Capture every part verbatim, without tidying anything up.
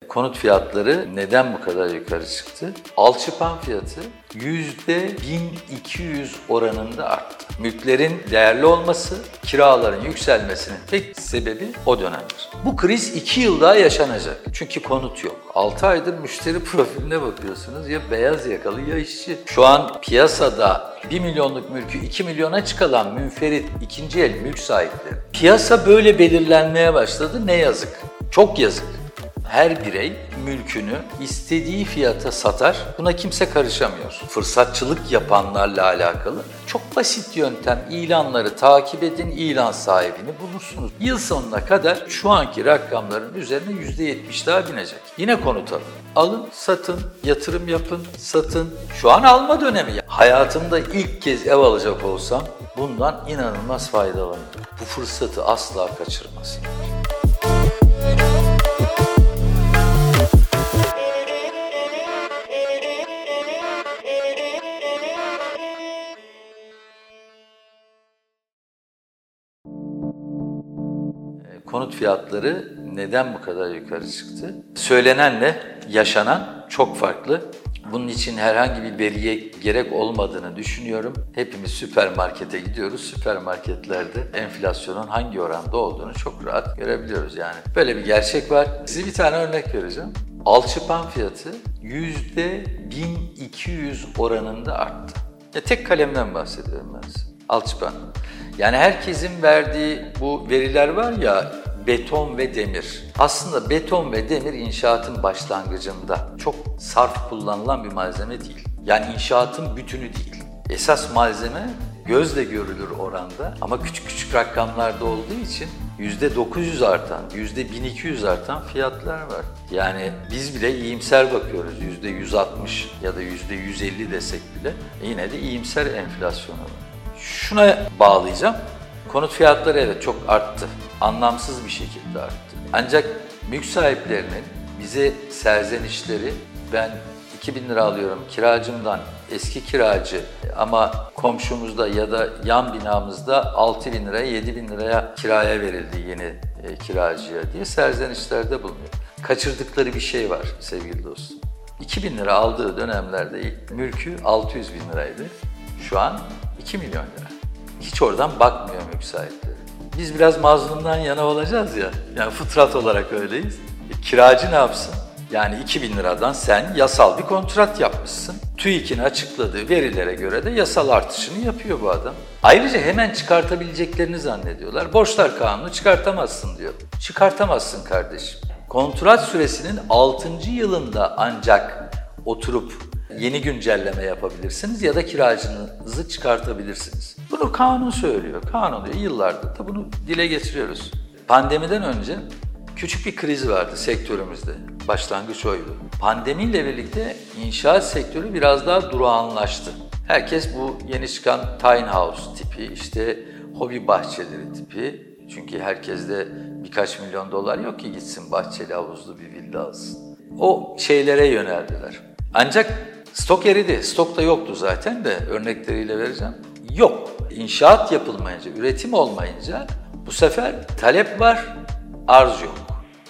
konut fiyatları neden bu kadar yukarı çıktı? Alçıpan fiyatı yüzde bin iki yüz oranında arttı. Mülklerin değerli olması, kiraların yükselmesinin tek sebebi o dönemdir. Bu kriz iki yıl daha yaşanacak. Çünkü konut yok. altı aydır müşteri profiline bakıyorsunuz. Ya beyaz yakalı ya işçi. Şu an piyasada bir milyonluk mülkü iki milyona çıkaran münferit ikinci el mülk sahipleri. Piyasa böyle belirlenmeye başladı. Ne yazık. Çok yazık. Her birey mülkünü istediği fiyata satar. Buna kimse karışamıyor. Fırsatçılık yapanlarla alakalı çok basit yöntem. İlanları takip edin, ilan sahibini bulursunuz. Yıl sonuna kadar şu anki rakamların üzerine yüzde yetmiş daha binecek. Yine konut alın. Alın, satın, yatırım yapın, satın. Şu an alma dönemi. Hayatımda ilk kez ev alacak olsam bundan inanılmaz faydalanırım. Bu fırsatı asla kaçırmasın. Konut fiyatları neden bu kadar yukarı çıktı? Söylenenle yaşanan çok farklı. Bunun için herhangi bir veriye gerek olmadığını düşünüyorum. Hepimiz süpermarkete gidiyoruz. Süpermarketlerde enflasyonun hangi oranda olduğunu çok rahat görebiliyoruz yani. Böyle bir gerçek var. Size bir tane örnek vereceğim. Alçıpan fiyatı yüzde bin iki yüz oranında arttı. Ya tek kalemden bahsediyorum ben size. Alçıpan. Yani herkesin verdiği bu veriler var ya, beton ve demir. Aslında beton ve demir inşaatın başlangıcında çok sarf kullanılan bir malzeme değil. Yani inşaatın bütünü değil. Esas malzeme gözle görülür oranda ama küçük küçük rakamlarda olduğu için yüzde dokuz yüz artan, yüzde bin iki yüz artan fiyatlar var. Yani biz bile iyimser bakıyoruz. yüzde yüz altmış ya da yüzde yüz elli desek bile yine de iyimser enflasyona var. Şuna bağlayacağım. Konut fiyatları evet çok arttı. Anlamsız bir şekilde arttı. Ancak mülk sahiplerinin bize serzenişleri, ben iki bin lira alıyorum kiracımdan, eski kiracı ama komşumuzda ya da yan binamızda altı bin liraya, yedi bin liraya kiraya verildi yeni e, kiracıya diye serzenişlerde bulunuyor. Kaçırdıkları bir şey var sevgili dostum. iki bin lira aldığı dönemlerde mülkü altı yüz bin liraydı. Şu an iki milyon lira. Hiç oradan bakmıyor mülk sahipleri. Biz biraz mazlumdan yana olacağız ya, yani fıtrat olarak öyleyiz. E, kiracı ne yapsın? Yani iki bin liradan sen yasal bir kontrat yapmışsın. TÜİK'in açıkladığı verilere göre de yasal artışını yapıyor bu adam. Ayrıca hemen çıkartabileceklerini zannediyorlar. Borçlar kanunu çıkartamazsın diyor. Çıkartamazsın kardeşim. Kontrat süresinin altıncı yılında ancak oturup yeni güncelleme yapabilirsiniz ya da kiracınızı çıkartabilirsiniz. Bunu kanun söylüyor. Kanun diyor. Yıllardır da bunu dile getiriyoruz. Pandemiden önce küçük bir kriz vardı sektörümüzde. Başlangıç oydu. Pandemiyle birlikte inşaat sektörü biraz daha durağanlaştı. Herkes bu yeni çıkan tiny house tipi, işte hobi bahçeleri tipi. Çünkü herkeste birkaç milyon dolar yok ki gitsin bahçeli havuzlu bir villa alsın. O şeylere yöneldiler. Ancak stok eridi. Stok da yoktu zaten de örnekleriyle vereceğim. Yok. İnşaat yapılmayınca, üretim olmayınca bu sefer talep var, arz yok.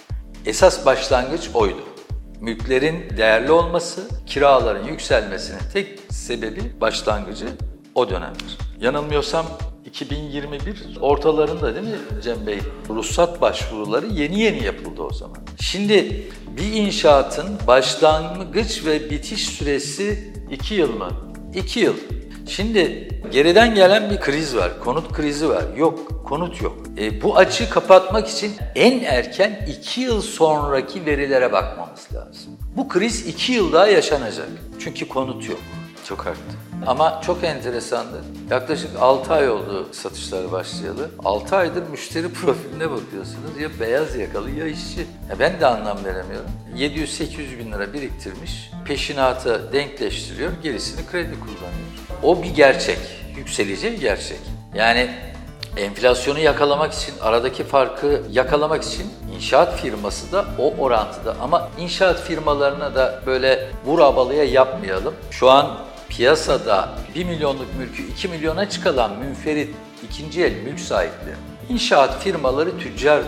Esas başlangıç oydu. Mülklerin değerli olması, kiraların yükselmesinin tek sebebi, başlangıcı o dönemdir. Yanılmıyorsam iki bin yirmi bir ortalarında değil mi Cem Bey? Ruhsat başvuruları yeni yeni yapıldı o zaman. Şimdi bir inşaatın başlangıç ve bitiş süresi iki yıl mı? iki yıl. Şimdi geriden gelen bir kriz var, konut krizi var. Yok, konut yok. E, bu açığı kapatmak için en erken iki yıl sonraki verilere bakmamız lazım. Bu kriz iki yıl daha yaşanacak. Çünkü konut yok. Çok arttı. Ama çok enteresandı. Yaklaşık altı ay oldu satışları başlayalı. altı aydır müşteri profiline bakıyorsunuz. Ya beyaz yakalı ya işçi. Ya ben de anlam veremiyorum. yedi yüz sekiz yüz bin lira biriktirmiş, peşinata denkleştiriyor, gerisini kredi kullanıyor. O bir gerçek, yükseleceği gerçek. Yani enflasyonu yakalamak için, aradaki farkı yakalamak için inşaat firması da o orantıda. Ama inşaat firmalarına da böyle vur abalıya yapmayalım. Şu an piyasada bir milyonluk mülkü iki milyona çıkaran münferit ikinci el mülk sahipleri. İnşaat firmaları tüccardır.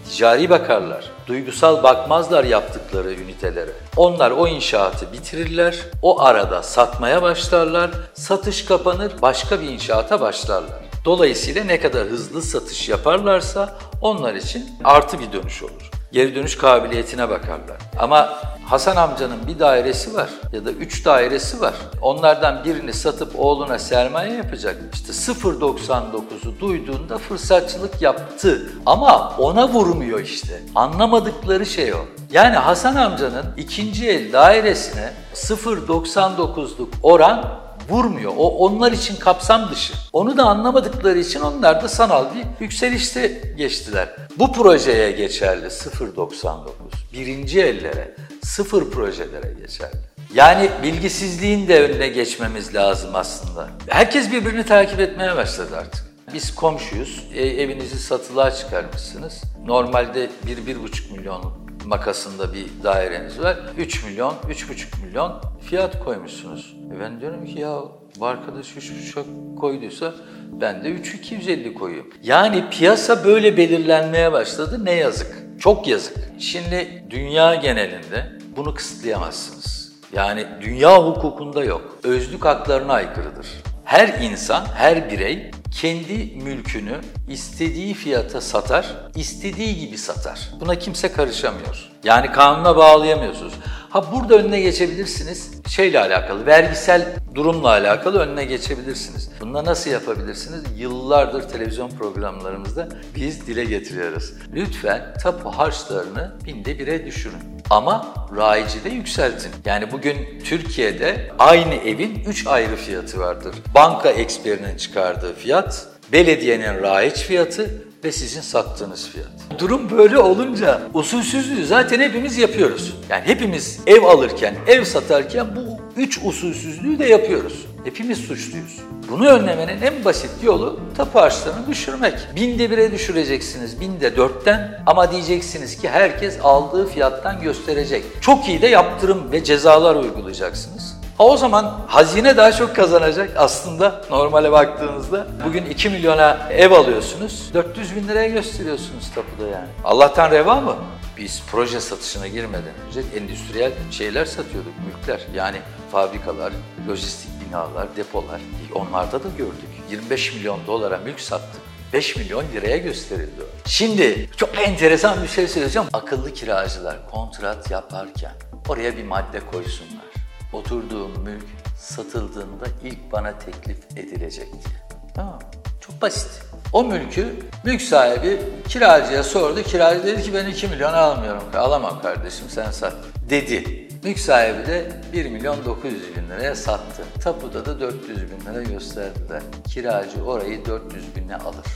ticari bakarlar. Duygusal bakmazlar yaptıkları ünitelere. Onlar o inşaatı bitirirler, o arada satmaya başlarlar, satış kapanır, başka bir inşaata başlarlar. Dolayısıyla ne kadar hızlı satış yaparlarsa onlar için artı bir dönüş olur. Geri dönüş kabiliyetine bakarlar. Ama Hasan amcanın bir dairesi var ya da üç dairesi var. Onlardan birini satıp oğluna sermaye yapacak. İşte sıfır virgül doksan dokuzu duyduğunda fırsatçılık yaptı. Ama ona vurmuyor işte. Anlamadıkları şey o. Yani Hasan amcanın ikinci el dairesine sıfır virgül doksan dokuzluk oran vurmuyor. O onlar için kapsam dışı. Onu da anlamadıkları için onlar da sanal bir yükselişte geçtiler. Bu projeye geçerli sıfır virgül doksan dokuz. Birinci ellere, sıfır projelere geçerli. Yani bilgisizliğin de önüne geçmemiz lazım aslında. Herkes birbirini takip etmeye başladı artık. Biz komşuyuz, e, evinizi satılığa çıkarmışsınız. Normalde bir bir buçuk milyon makasında bir daireniz var. üç milyon, üç buçuk milyon fiyat koymuşsunuz. E ben diyorum ki ya bu arkadaş üç buçuk koyduysa ben de üç iki yüz elli koyuyorum. Yani piyasa böyle belirlenmeye başladı. Ne yazık. Çok yazık. Şimdi dünya genelinde bunu kısıtlayamazsınız. Yani dünya hukukunda yok. Özlük haklarına aykırıdır. Her insan, her birey kendi mülkünü istediği fiyata satar, istediği gibi satar. Buna kimse karışamıyor. Yani kanuna bağlayamıyorsunuz. Ha burada önüne geçebilirsiniz, şeyle alakalı, vergisel durumla alakalı önüne geçebilirsiniz. Bunu nasıl yapabilirsiniz? Yıllardır televizyon programlarımızda biz dile getiriyoruz. Lütfen tapu harçlarını binde bire düşürün. Ama rayici de yükseltin. Yani bugün Türkiye'de aynı evin üç ayrı fiyatı vardır. Banka eksperinin çıkardığı fiyat, belediyenin raiç fiyatı ve sizin sattığınız fiyat. Durum böyle olunca usulsüzlüğü zaten hepimiz yapıyoruz. Yani hepimiz ev alırken, ev satarken bu üç usulsüzlüğü de yapıyoruz. Hepimiz suçluyuz. Bunu önlemenin en basit yolu tapu harçlarını düşürmek. Binde bire düşüreceksiniz, binde dörtten ama diyeceksiniz ki herkes aldığı fiyattan gösterecek. Çok iyi de yaptırım ve cezalar uygulayacaksınız. Ha o zaman hazine daha çok kazanacak aslında normale baktığınızda. Bugün iki milyona ev alıyorsunuz, dört yüz bin liraya gösteriyorsunuz tapuda yani. Allah'tan reva mı? Biz proje satışına girmeden önce endüstriyel şeyler satıyorduk, mülkler. Yani fabrikalar, lojistik binalar, depolar. Onlarda da gördük. yirmi beş milyon dolara mülk sattık. beş milyon liraya gösterildi o. Şimdi çok enteresan bir şey söyleyeceğim. Akıllı kiracılar kontrat yaparken oraya bir madde koysunlar. Oturduğum mülk satıldığında ilk bana teklif edilecek diye. Tamam. Çok basit. O mülkü mülk sahibi kiracıya sordu. Kiracı dedi ki ben iki milyon almıyorum. Alamam kardeşim sen sat dedi. Mülk sahibi de bir milyon dokuz yüz bin liraya sattı. Tapuda da dört yüz bin lira gösterdiler. Kiracı orayı dört yüz bine alır.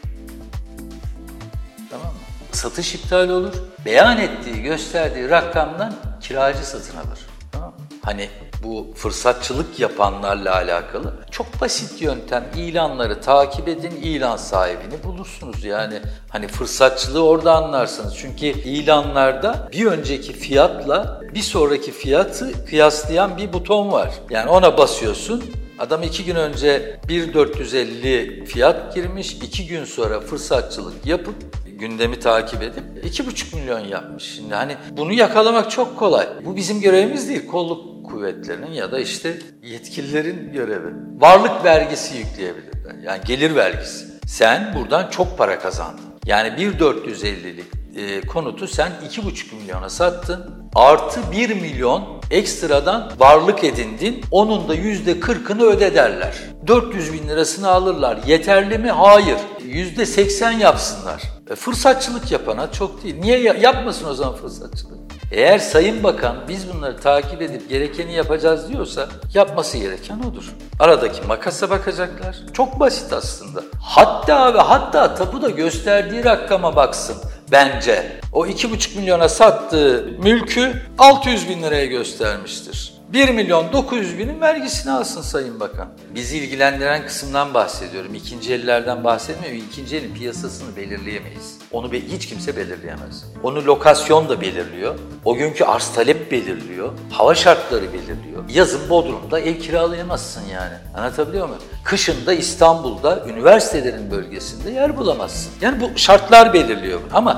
Tamam mı? Satış iptal olur. Beyan ettiği, gösterdiği rakamdan kiracı satın alır. Tamam mı? Hani bu fırsatçılık yapanlarla alakalı çok basit yöntem. İlanları takip edin, ilan sahibini bulursunuz. Yani hani fırsatçılığı orada anlarsınız. Çünkü ilanlarda bir önceki fiyatla bir sonraki fiyatı kıyaslayan bir buton var. Yani ona basıyorsun. Adam iki gün önce bir bin dört yüz elli fiyat girmiş, iki gün sonra fırsatçılık yapıp gündemi takip edip iki buçuk milyon yapmış. Şimdi hani bunu yakalamak çok kolay. Bu bizim görevimiz değil, kolluk kuvvetlerinin ya da işte yetkililerin görevi. Varlık vergisi yükleyebilirler. Yani gelir vergisi. Sen buradan çok para kazandın. Yani bir bin dört yüz ellilik e, konutu sen iki buçuk milyona sattın. Artı bir milyon ekstradan varlık edindin. Onun da yüzde kırkını öde derler. dört yüz bin lirasını alırlar. Yeterli mi? Hayır. yüzde seksen yapsınlar. E, fırsatçılık yapana çok değil. Niye ya- yapmasın o zaman fırsatçılık? Eğer Sayın Bakan biz bunları takip edip gerekeni yapacağız diyorsa yapması gereken odur. Aradaki makasa bakacaklar. Çok basit aslında. Hatta ve hatta tapuda gösterdiği rakama baksın bence. O iki buçuk milyona sattığı mülkü altı yüz bin liraya göstermiştir. bir milyon dokuz yüz binin vergisini alsın Sayın Bakan. Bizi ilgilendiren kısımdan bahsediyorum. İkinci ellerden bahsetmiyorum. İkinci elin piyasasını belirleyemeyiz. Onu be- hiç kimse belirleyemez. Onu lokasyon da belirliyor. O günkü arz talep belirliyor. Hava şartları belirliyor. Yazın Bodrum'da ev kiralayamazsın yani. Anlatabiliyor muyum? Kışın da İstanbul'da üniversitelerin bölgesinde yer bulamazsın. Yani bu şartlar belirliyor. Ama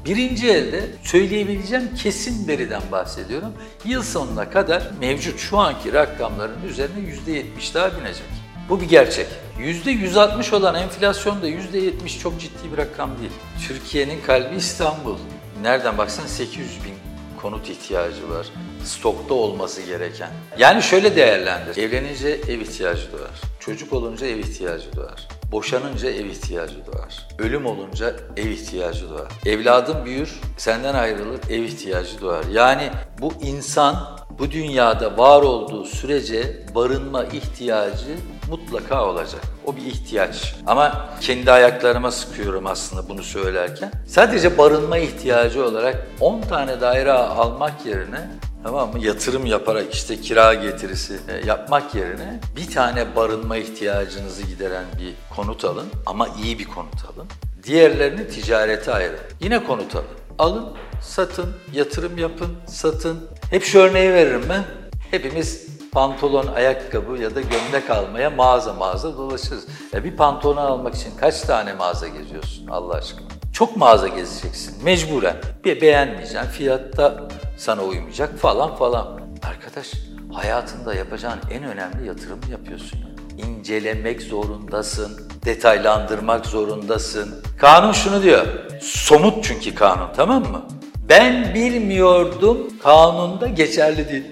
Birinci elde söyleyebileceğim kesin veriden bahsediyorum. Yıl sonuna kadar mevcut şu anki rakamların üzerine yüzde yetmiş daha binecek. Bu bir gerçek. yüzde yüz altmış olan enflasyonda yüzde yetmiş çok ciddi bir rakam değil. Türkiye'nin kalbi İstanbul. Nereden baksan sekiz yüz bin konut ihtiyacı var. Stokta olması gereken. Yani şöyle değerlendir. Evlenince ev ihtiyacı doğar. Çocuk olunca ev ihtiyacı doğar. Boşanınca ev ihtiyacı doğar. Ölüm olunca ev ihtiyacı doğar. Evladın büyür, senden ayrılır, ev ihtiyacı doğar. Yani bu insan bu dünyada var olduğu sürece barınma ihtiyacı mutlaka olacak. O bir ihtiyaç. Ama kendi ayaklarıma sıkıyorum aslında bunu söylerken. Sadece barınma ihtiyacı olarak on tane daire almak yerine, tamam mı, yatırım yaparak işte kira getirisi yapmak yerine bir tane barınma ihtiyacınızı gideren bir konut alın ama iyi bir konut alın. Diğerlerini ticarete ayırın. Yine konut alın. Alın, satın, yatırım yapın, satın. Hep şu örneği veririm ben. Hepimiz pantolon, ayakkabı ya da gömlek almaya mağaza mağaza dolaşırız. Ya bir pantolon almak için kaç tane mağaza geziyorsun Allah aşkına? Çok mağaza gezeceksin mecburen. Bir beğenmeyeceksin, fiyatta sana uymayacak falan falan. Arkadaş, hayatında yapacağın en önemli yatırımı yapıyorsun ya. İncelemek zorundasın, detaylandırmak zorundasın. Kanun şunu diyor, somut çünkü kanun, tamam mı? Ben bilmiyordum, kanunda geçerli değil.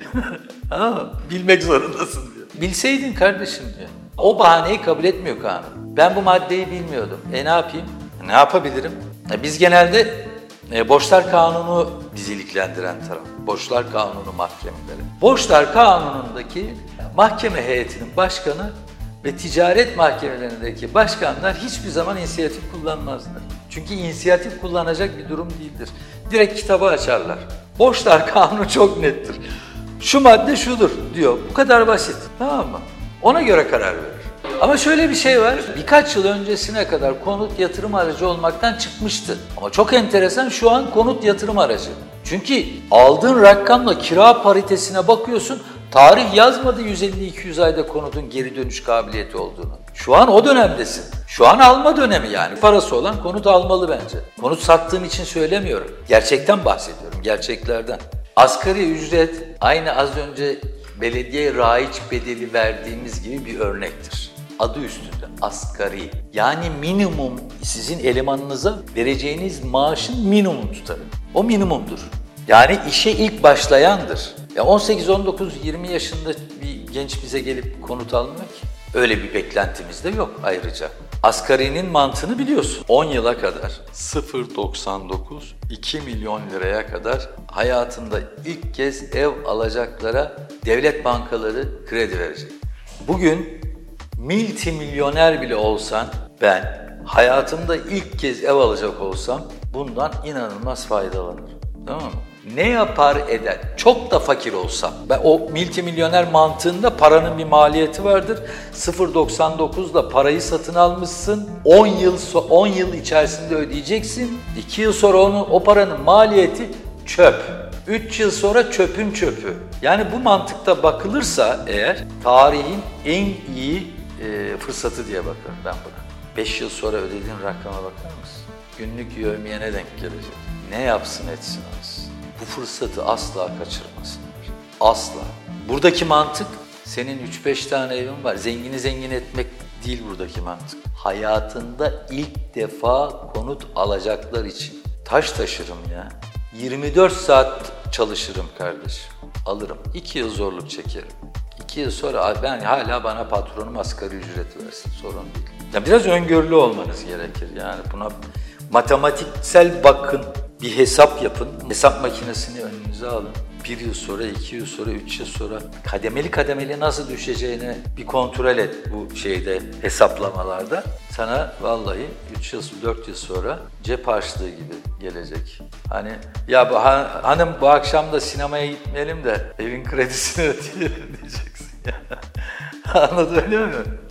Ha, bilmek zorundasın diyor. Bilseydin kardeşim diyor. O bahaneyi kabul etmiyor kanun. Ben bu maddeyi bilmiyordum. E ne yapayım? Ne yapabilirim? E biz genelde e, borçlar kanunu bizi ilgilendiren taraf. Borçlar kanunu mahkemeleri. Borçlar kanunundaki mahkeme heyetinin başkanı ve ticaret mahkemelerindeki başkanlar hiçbir zaman inisiyatif kullanmazlar. Çünkü inisiyatif kullanacak bir durum değildir. Direkt kitabı açarlar. Borçlar kanunu çok nettir. Şu madde şudur diyor. Bu kadar basit. Tamam mı? Ona göre karar verir. Ama şöyle bir şey var. Birkaç yıl öncesine kadar konut yatırım aracı olmaktan çıkmıştı. Ama çok enteresan, şu an konut yatırım aracı. Çünkü aldığın rakamla kira paritesine bakıyorsun. Tarih yazmadı yüz elli iki yüz ayda konutun geri dönüş kabiliyeti olduğunu. Şu an o dönemdesin. Şu an alma dönemi yani. Parası olan konut almalı bence. Konut sattığım için söylemiyorum. Gerçekten bahsediyorum, gerçeklerden. Asgari ücret aynı az önce belediye raiç bedeli verdiğimiz gibi bir örnektir. Adı üstünde asgari. Yani minimum, sizin elemanınıza vereceğiniz maaşın minimum tutarı. O minimumdur. Yani işe ilk başlayandır. Ya on sekiz, on dokuz, yirmi yaşında bir genç bize gelip konut almıyor ki. Öyle bir beklentimiz de yok ayrıca. Asgarinin mantığını biliyorsun. on yıla kadar sıfır virgül doksan dokuz iki milyon liraya kadar hayatında ilk kez ev alacaklara devlet bankaları kredi verecek. Bugün multimilyoner bile olsan, ben hayatımda ilk kez ev alacak olsam bundan inanılmaz faydalanırım. Tamam mı? Ne yapar eder? Çok da fakir olsam. Ben o multimilyoner mantığında paranın bir maliyeti vardır. sıfır virgül doksan dokuzla parayı satın almışsın. on yıl on yıl içerisinde ödeyeceksin. iki yıl sonra onu o paranın maliyeti çöp. üç yıl sonra çöpün çöpü. Yani bu mantıkta bakılırsa eğer tarihin en iyi e, fırsatı diye bakarım ben buna. beş yıl sonra ödediğin rakama bakar mısın? Günlük yevmiyene denk gelecek. Ne yapsın etsin az. Bu fırsatı asla kaçırmasınlar. Asla. Buradaki mantık, senin üç beş tane evin var. Zengini zengin etmek değil buradaki mantık. Hayatında ilk defa konut alacaklar için. Taş taşırım ya. yirmi dört saat çalışırım kardeşim. Alırım. iki yıl zorluk çekerim. iki yıl sonra ben hala bana patronum asgari ücreti versin. Sorun değil. Ya biraz öngörülü olmanız gerekir yani. Buna matematiksel bakın. Bir hesap yapın, hesap makinesini önünüze alın. Bir yıl sonra, iki yıl sonra, üç yıl sonra kademeli kademeli nasıl düşeceğini bir kontrol et bu şeyde, hesaplamalarda. Sana vallahi üç yıl, dört yıl sonra cep harçlığı gibi gelecek. Hani ya bu ha, hanım bu akşam da sinemaya gitmeyelim de evin kredisini ödeyelim diyeceksin. Anladın öyle mi?